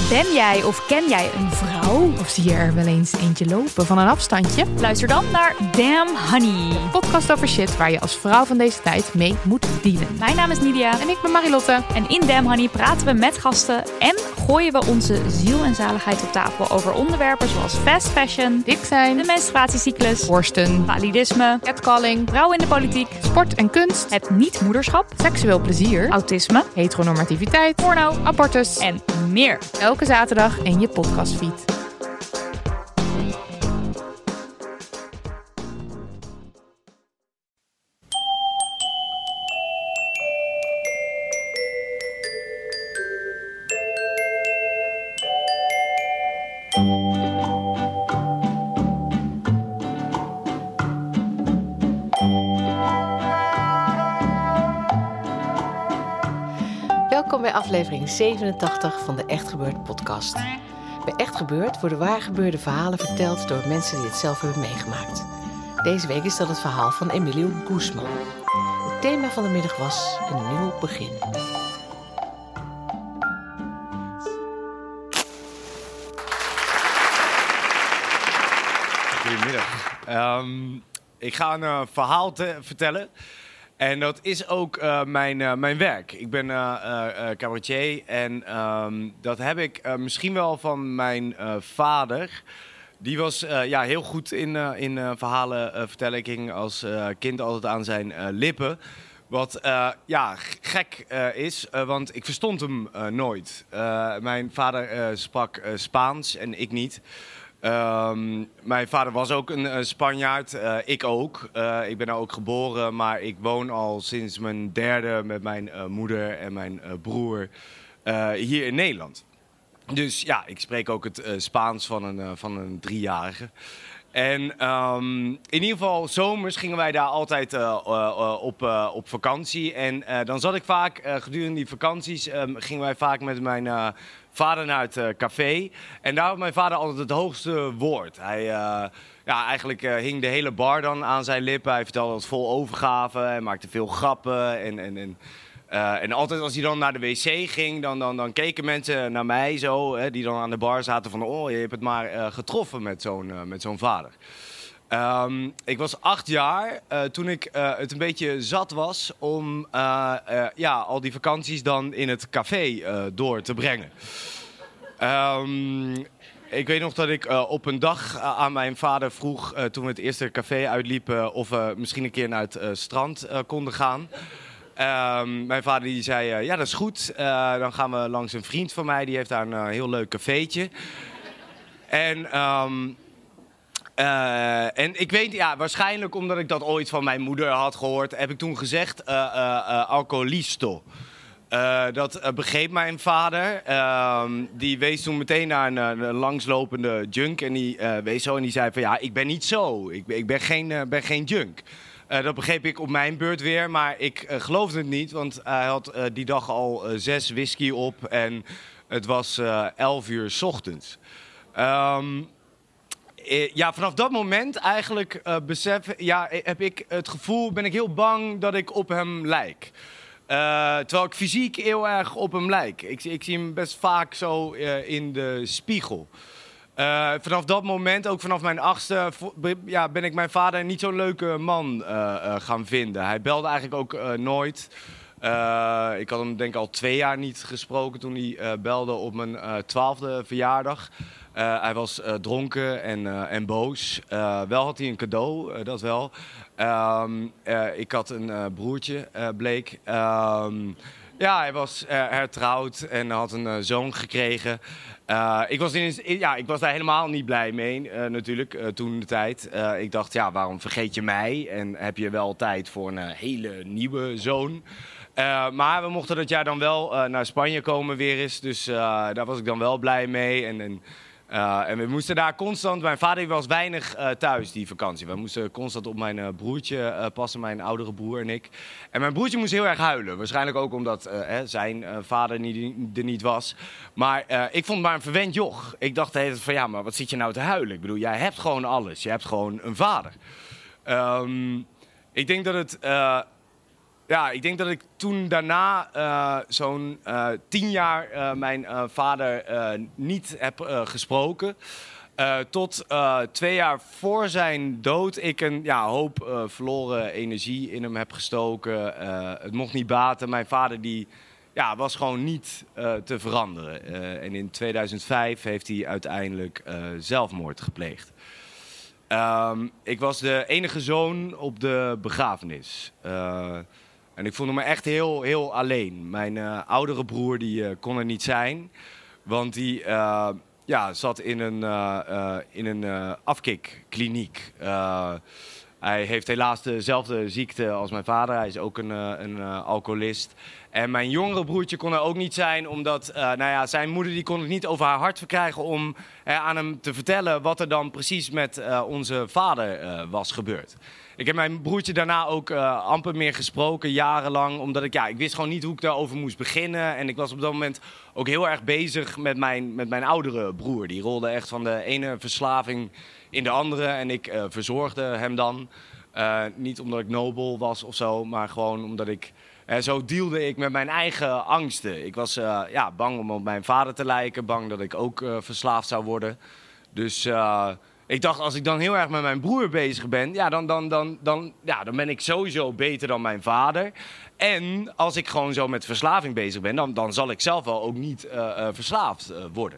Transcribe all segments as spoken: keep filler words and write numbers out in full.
Ben jij of ken jij een vrouw? Of zie je er wel eens eentje lopen van een afstandje? Luister dan naar Damn Honey. Een podcast over shit waar je als vrouw van deze tijd mee moet dealen. Mijn naam is Nidia. En ik ben Marilotte. En in Damn Honey praten we met gasten en gooien we onze ziel en zaligheid op tafel over onderwerpen zoals fast fashion, Dik zijn, de menstruatiecyclus, borsten, validisme, catcalling, vrouwen in de politiek, sport en kunst, het niet-moederschap, seksueel plezier, autisme, heteronormativiteit, porno, abortus en meer. Elke zaterdag in je podcastfeed. Welkom bij aflevering zevenentachtig van de Echt Gebeurd podcast. Bij Echt Gebeurd worden waar gebeurde verhalen verteld door mensen die het zelf hebben meegemaakt. Deze week is dat het verhaal van Emilio Guzman. Het thema van de middag was een nieuw begin. Goedemiddag. Um, ik ga een uh, verhaal te vertellen. En dat is ook uh, mijn, uh, mijn werk. Ik ben uh, uh, cabaretier en um, dat heb ik uh, misschien wel van mijn uh, vader. Die was uh, ja, heel goed in, uh, in uh, verhalen uh, vertellen. Ik hing als uh, kind altijd aan zijn uh, lippen. Wat uh, ja, gek uh, is, uh, want ik verstond hem uh, nooit. Uh, mijn vader uh, sprak uh, Spaans en ik niet. Um, mijn vader was ook een uh, Spanjaard, uh, ik ook. Uh, ik ben daar ook geboren, maar ik woon al sinds mijn derde met mijn uh, moeder en mijn uh, broer uh, hier in Nederland. Dus ja, ik spreek ook het uh, Spaans van een, uh, van een driejarige. En um, in ieder geval, zomers gingen wij daar altijd uh, uh, uh, op, uh, op vakantie. En uh, dan zat ik vaak, uh, gedurende die vakanties, um, gingen wij vaak met mijn uh, vader naar het uh, café. En daar had mijn vader altijd het hoogste woord. Hij, uh, ja, eigenlijk uh, hing de hele bar dan aan zijn lippen. Hij vertelde het vol overgave, hij maakte veel grappen en... en, en Uh, en altijd als hij dan naar de wc ging, dan, dan, dan keken mensen naar mij zo, hè, die dan aan de bar zaten van, oh, je hebt het maar uh, getroffen met zo'n, uh, met zo'n vader. Um, ik was acht jaar uh, toen ik uh, het een beetje zat was om uh, uh, ja, al die vakanties dan in het café uh, door te brengen. Um, Ik weet nog dat ik uh, op een dag uh, aan mijn vader vroeg, uh, toen we het eerste café uitliepen, of we misschien een keer naar het uh, strand uh, konden gaan. Um, mijn vader die zei, uh, ja dat is goed, uh, dan gaan we langs een vriend van mij, die heeft daar een uh, heel leuk cafeetje. En, um, uh, en ik weet, ja, waarschijnlijk omdat ik dat ooit van mijn moeder had gehoord, heb ik toen gezegd, uh, uh, uh, alcoholisto. Uh, dat uh, begreep mijn vader. Uh, die wees toen meteen naar een, een langslopende junk en die uh, wees zo en die zei van ja, ik ben niet zo, ik, ik ben, geen, uh, ben geen junk. Uh, dat begreep ik op mijn beurt weer, maar ik uh, geloofde het niet, want hij had uh, die dag al uh, zes whisky op en het was uh, elf uur 's ochtends. Um, uh, ja, vanaf dat moment eigenlijk uh, besef, ja, heb ik het gevoel, ben ik heel bang dat ik op hem lijk. Uh, terwijl ik fysiek heel erg op hem lijk. Ik, ik zie hem best vaak zo uh, in de spiegel. Uh, vanaf dat moment, ook vanaf mijn achtste, ja, ben ik mijn vader niet zo'n leuke man uh, uh, gaan vinden. Hij belde eigenlijk ook uh, nooit. Uh, ik had hem denk ik al twee jaar niet gesproken toen hij uh, belde op mijn uh, twaalfde verjaardag. Uh, hij was uh, dronken en, uh, en boos. Uh, wel had hij een cadeau, uh, dat wel. Um, uh, ik had een uh, broertje, uh, bleek. Um, ja, hij was uh, hertrouwd en had een uh, zoon gekregen. Uh, ik, was in, ja, ik was daar helemaal niet blij mee, uh, natuurlijk, uh, toen de tijd. Uh, ik dacht, ja, waarom vergeet je mij? En heb je wel tijd voor een uh, hele nieuwe zoon? Uh, maar we mochten dat jaar dan wel uh, naar Spanje komen weer eens. Dus uh, daar was ik dan wel blij mee. En, en, uh, en we moesten daar constant... Mijn vader was weinig uh, thuis die vakantie. We moesten constant op mijn uh, broertje uh, passen, mijn oudere broer en ik. En mijn broertje moest heel erg huilen. Waarschijnlijk ook omdat uh, hè, zijn uh, vader niet, er niet was. Maar uh, ik vond maar een verwend joch. Ik dacht de hele tijd van ja, maar wat zit je nou te huilen? Ik bedoel, jij hebt gewoon alles. Je hebt gewoon een vader. Um, ik denk dat het... Uh, ja, ik denk dat ik toen daarna uh, zo'n uh, tien jaar uh, mijn uh, vader uh, niet heb uh, gesproken. Uh, tot uh, twee jaar voor zijn dood ik een ja, hoop uh, verloren energie in hem heb gestoken. Uh, het mocht niet baten. Mijn vader die, ja, was gewoon niet uh, te veranderen. Uh, en in tweeduizend vijf heeft hij uiteindelijk uh, zelfmoord gepleegd. Um, ik was de enige zoon op de begrafenis. Uh, en ik voelde me echt heel, heel alleen. Mijn uh, oudere broer die, uh, kon er niet zijn. Want die uh, ja, zat in een, uh, uh, in een uh, afkikkliniek. Uh, hij heeft helaas dezelfde ziekte als mijn vader. Hij is ook een, uh, een uh, alcoholist. En mijn jongere broertje kon er ook niet zijn, omdat uh, nou ja, zijn moeder die kon het niet over haar hart verkrijgen om uh, aan hem te vertellen wat er dan precies met uh, onze vader uh, was gebeurd. Ik heb mijn broertje daarna ook uh, amper meer gesproken, jarenlang, omdat ik, ja, ik wist gewoon niet hoe ik daarover moest beginnen. En ik was op dat moment ook heel erg bezig met mijn, met mijn oudere broer. Die rolde echt van de ene verslaving in de andere en ik uh, verzorgde hem dan. Uh, niet omdat ik nobel was of zo, maar gewoon omdat ik... En zo dealde ik met mijn eigen angsten. Ik was uh, ja, bang om op mijn vader te lijken. Bang dat ik ook uh, verslaafd zou worden. Dus uh, ik dacht, als ik dan heel erg met mijn broer bezig ben... Ja, dan, dan, dan, dan, ja, dan ben ik sowieso beter dan mijn vader. En als ik gewoon zo met verslaving bezig ben... dan, dan zal ik zelf wel ook niet uh, uh, verslaafd uh, worden.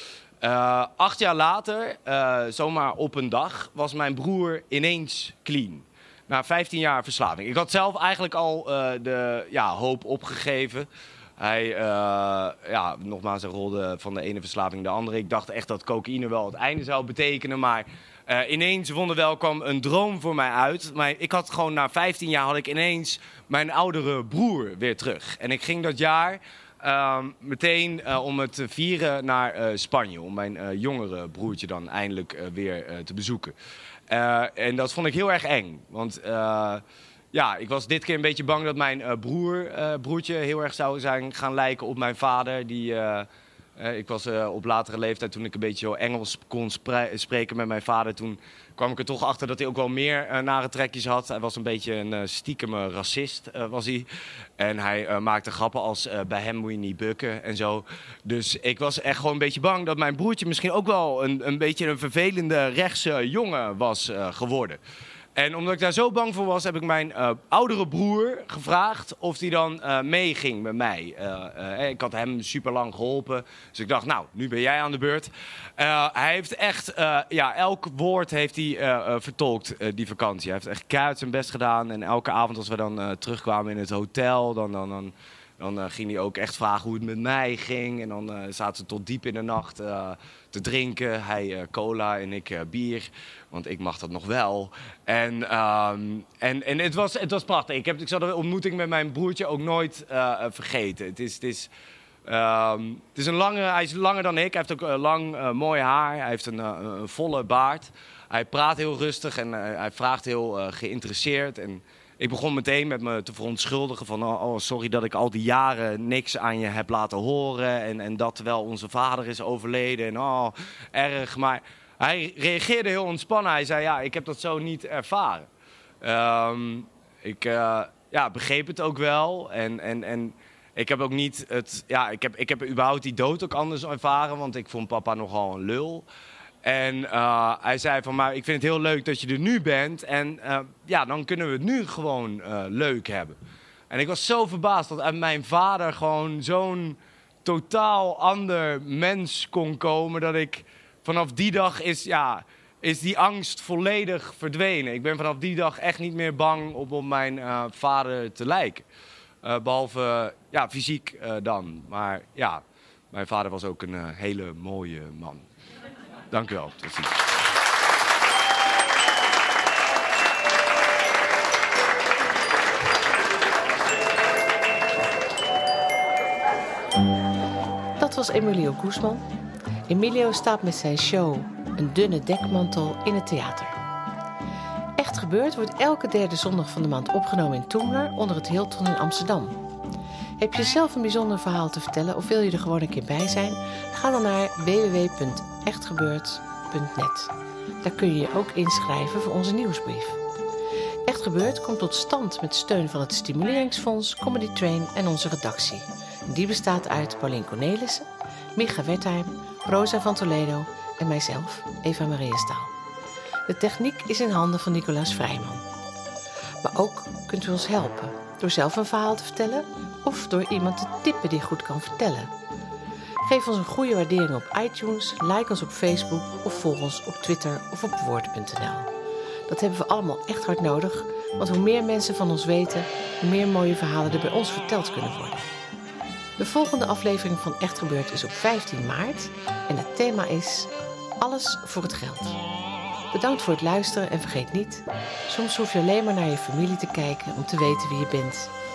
Uh, acht jaar later, uh, zomaar op een dag, was mijn broer ineens clean. Na vijftien jaar verslaving. Ik had zelf eigenlijk al uh, de ja, hoop opgegeven. Hij, uh, ja, nogmaals, hij rolde van de ene verslaving de andere. Ik dacht echt dat cocaïne wel het einde zou betekenen. Maar uh, ineens, wonderwel, kwam een droom voor mij uit. Maar ik had gewoon na vijftien jaar had ik ineens mijn oudere broer weer terug. En ik ging dat jaar uh, meteen uh, om het te vieren naar uh, Spanje. Om mijn uh, jongere broertje dan eindelijk uh, weer uh, te bezoeken. Uh, en dat vond ik heel erg eng. Want uh, ja, ik was dit keer een beetje bang dat mijn uh, broer, uh, broertje heel erg zou zijn gaan lijken op mijn vader. Die, uh, uh, ik was uh, op latere leeftijd, toen ik een beetje zo Engels kon spre- spreken met mijn vader. Toen kwam ik er toch achter dat hij ook wel meer uh, nare trekjes had. Hij was een beetje een uh, stiekeme racist, uh, was hij. En hij uh, maakte grappen als uh, bij hem moet je niet bukken en zo. Dus ik was echt gewoon een beetje bang dat mijn broertje misschien ook wel een, een beetje een vervelende rechtse jongen was uh, geworden. En omdat ik daar zo bang voor was, heb ik mijn uh, oudere broer gevraagd of hij dan uh, meeging met mij. Uh, uh, ik had hem super lang geholpen, dus ik dacht, nou, nu ben jij aan de beurt. Uh, hij heeft echt, uh, ja, elk woord heeft hij uh, uh, vertolkt, uh, die vakantie. Hij heeft echt keihard zijn best gedaan en elke avond als we dan uh, terugkwamen in het hotel, dan... dan, dan Dan uh, ging hij ook echt vragen hoe het met mij ging. En dan uh, zaten ze tot diep in de nacht uh, te drinken. Hij uh, cola en ik uh, bier. Want ik mag dat nog wel. En, um, en, en het, was, het was prachtig. Ik, heb, ik zal de ontmoeting met mijn broertje ook nooit uh, vergeten. Het is, het, is, um, het is een lange, hij is langer dan ik. Hij heeft ook uh, lang uh, mooi haar. Hij heeft een, uh, een volle baard. Hij praat heel rustig en uh, hij vraagt heel uh, geïnteresseerd. En ik begon meteen met me te verontschuldigen van... Oh, oh, sorry dat ik al die jaren niks aan je heb laten horen. En, en dat terwijl onze vader is overleden. En oh, erg. Maar hij reageerde heel ontspannen. Hij zei, ja, ik heb dat zo niet ervaren. Um, ik uh, ja, begreep het ook wel. En, en, en ik heb ook niet het... Ja, ik heb, ik heb überhaupt die dood ook anders ervaren. Want ik vond papa nogal een lul. En uh, hij zei van, maar ik vind het heel leuk dat je er nu bent. En uh, ja, dan kunnen we het nu gewoon uh, leuk hebben. En ik was zo verbaasd dat uit mijn vader gewoon zo'n totaal ander mens kon komen. Dat ik vanaf die dag is, ja, is die angst volledig verdwenen. Ik ben vanaf die dag echt niet meer bang om op mijn uh, vader te lijken. Uh, behalve, ja, fysiek uh, dan. Maar ja, mijn vader was ook een uh, hele mooie man. Dank u wel. Tot ziens. Dat was Emilio Guzman. Emilio staat met zijn show Een dunne dekmantel in het theater. Echt Gebeurd wordt elke derde zondag van de maand opgenomen in Toemler onder het Hilton in Amsterdam. Heb je zelf een bijzonder verhaal te vertellen of wil je er gewoon een keer bij zijn? Ga dan naar w w w punt echtgebeurd punt net. Daar kun je je ook inschrijven voor onze nieuwsbrief. Echt Gebeurd komt tot stand met steun van het Stimuleringsfonds, Comedy Train en onze redactie. Die bestaat uit Paulien Cornelissen, Micha Wertheim, Rosa van Toledo en mijzelf, Eva Maria Staal. De techniek is in handen van Nicolaas Vrijman. Maar ook kunt u ons helpen door zelf een verhaal te vertellen of door iemand te tippen die goed kan vertellen. Geef ons een goede waardering op iTunes, like ons op Facebook of volg ons op Twitter of op woord punt n l. Dat hebben we allemaal echt hard nodig, want hoe meer mensen van ons weten, hoe meer mooie verhalen er bij ons verteld kunnen worden. De volgende aflevering van Echt Gebeurd is op vijftien maart en het thema is Alles voor het geld. Bedankt voor het luisteren en vergeet niet, soms hoef je alleen maar naar je familie te kijken om te weten wie je bent.